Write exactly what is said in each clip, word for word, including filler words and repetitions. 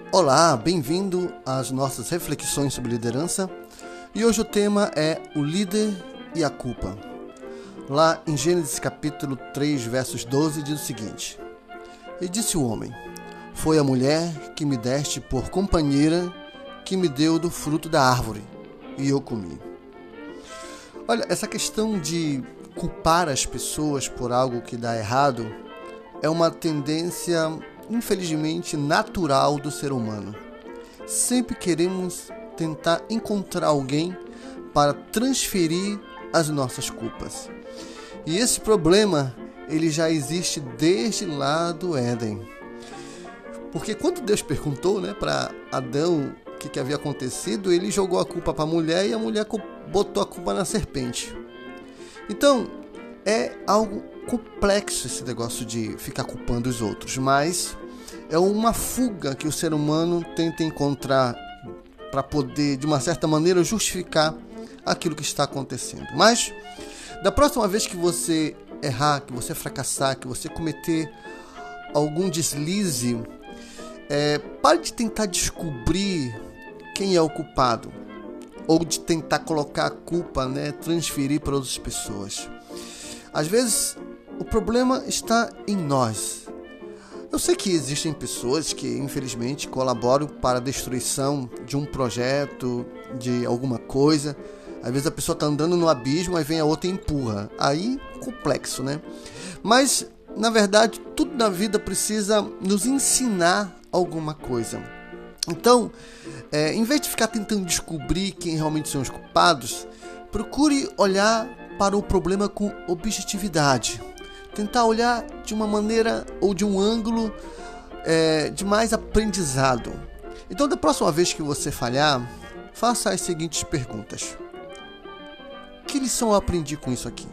Olá, bem-vindo às nossas reflexões sobre liderança. E hoje o tema é o líder e a culpa. Lá em Gênesis capítulo três, versos doze, diz o seguinte: E disse o homem: Foi a mulher que me deste por companheira que me deu do fruto da árvore, e eu comi. Olha, essa questão de culpar as pessoas por algo que dá errado é uma tendência, infelizmente, natural do ser humano. Sempre queremos tentar encontrar alguém para transferir as nossas culpas. E esse problema, ele já existe desde lá do Éden. Porque quando Deus perguntou, né, para Adão o que, que havia acontecido, ele jogou a culpa para a mulher e a mulher botou a culpa na serpente. Então, é algo complexo esse negócio de ficar culpando os outros, mas é uma fuga que o ser humano tenta encontrar para poder, de uma certa maneira, justificar aquilo que está acontecendo. Mas, da próxima vez que você errar, que você fracassar, que você cometer algum deslize, é, pare de tentar descobrir quem é o culpado, ou de tentar colocar a culpa, né, transferir para outras pessoas. Às vezes, o problema está em nós. Eu sei que existem pessoas que, infelizmente, colaboram para a destruição de um projeto, de alguma coisa. Às vezes a pessoa está andando no abismo, aí vem a outra e empurra. Aí, complexo, né? Mas, na verdade, tudo na vida precisa nos ensinar alguma coisa. Então, é, em vez de ficar tentando descobrir quem realmente são os culpados, procure olhar para o problema com objetividade. Tentar olhar de uma maneira ou de um ângulo é, de mais aprendizado. Então, da próxima vez que você falhar, faça as seguintes perguntas: que lição eu aprendi com isso aqui?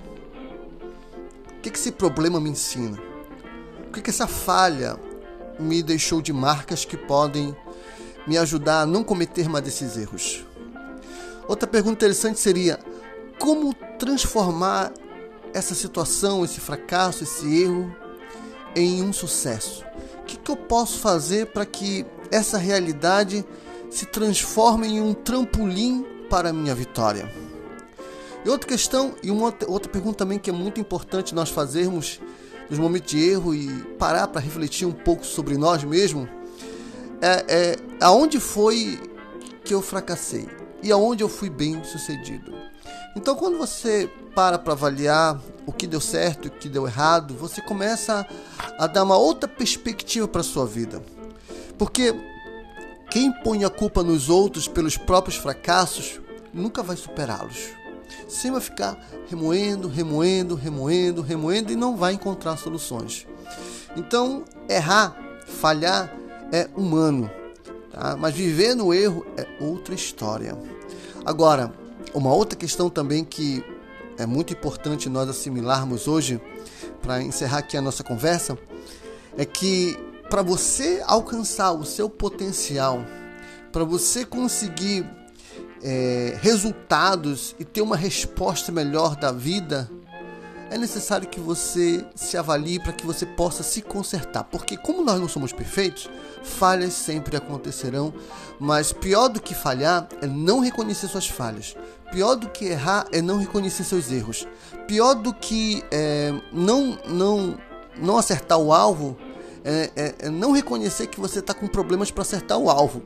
O que esse problema me ensina? O que essa falha me deixou de marcas que podem me ajudar a não cometer mais desses erros? Outra pergunta interessante seria: como transformar essa situação, esse fracasso, esse erro em um sucesso? O que, que eu posso fazer para que essa realidade se transforme em um trampolim para a minha vitória? E outra questão, e uma outra, outra pergunta também que é muito importante nós fazermos nos momentos de erro e parar para refletir um pouco sobre nós mesmos, é, é aonde foi que eu fracassei e aonde eu fui bem sucedido. Então, quando você para para avaliar o que deu certo e o que deu errado, você começa a dar uma outra perspectiva para a sua vida. Porque quem põe a culpa nos outros pelos próprios fracassos nunca vai superá-los. Sempre vai ficar remoendo, remoendo, remoendo, remoendo e não vai encontrar soluções. Então, errar, falhar é humano, tá? Mas viver no erro é outra história. Agora, uma outra questão também que é muito importante nós assimilarmos hoje, para encerrar aqui a nossa conversa, é que para você alcançar o seu potencial, para você conseguir é, resultados e ter uma resposta melhor da vida, é necessário que você se avalie para que você possa se consertar. Porque como nós não somos perfeitos, falhas sempre acontecerão, mas pior do que falhar é não reconhecer suas falhas. Pior do que errar é não reconhecer seus erros. Pior do que é, não, não, não acertar o alvo é, é, é não reconhecer que você está com problemas para acertar o alvo.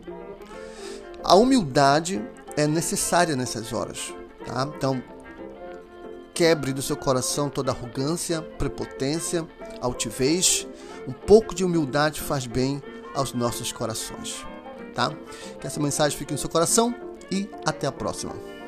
A humildade é necessária nessas horas, tá? Então, quebre do seu coração toda arrogância, prepotência, altivez. Um pouco de humildade faz bem aos nossos corações, tá? Que essa mensagem fique no seu coração e até a próxima.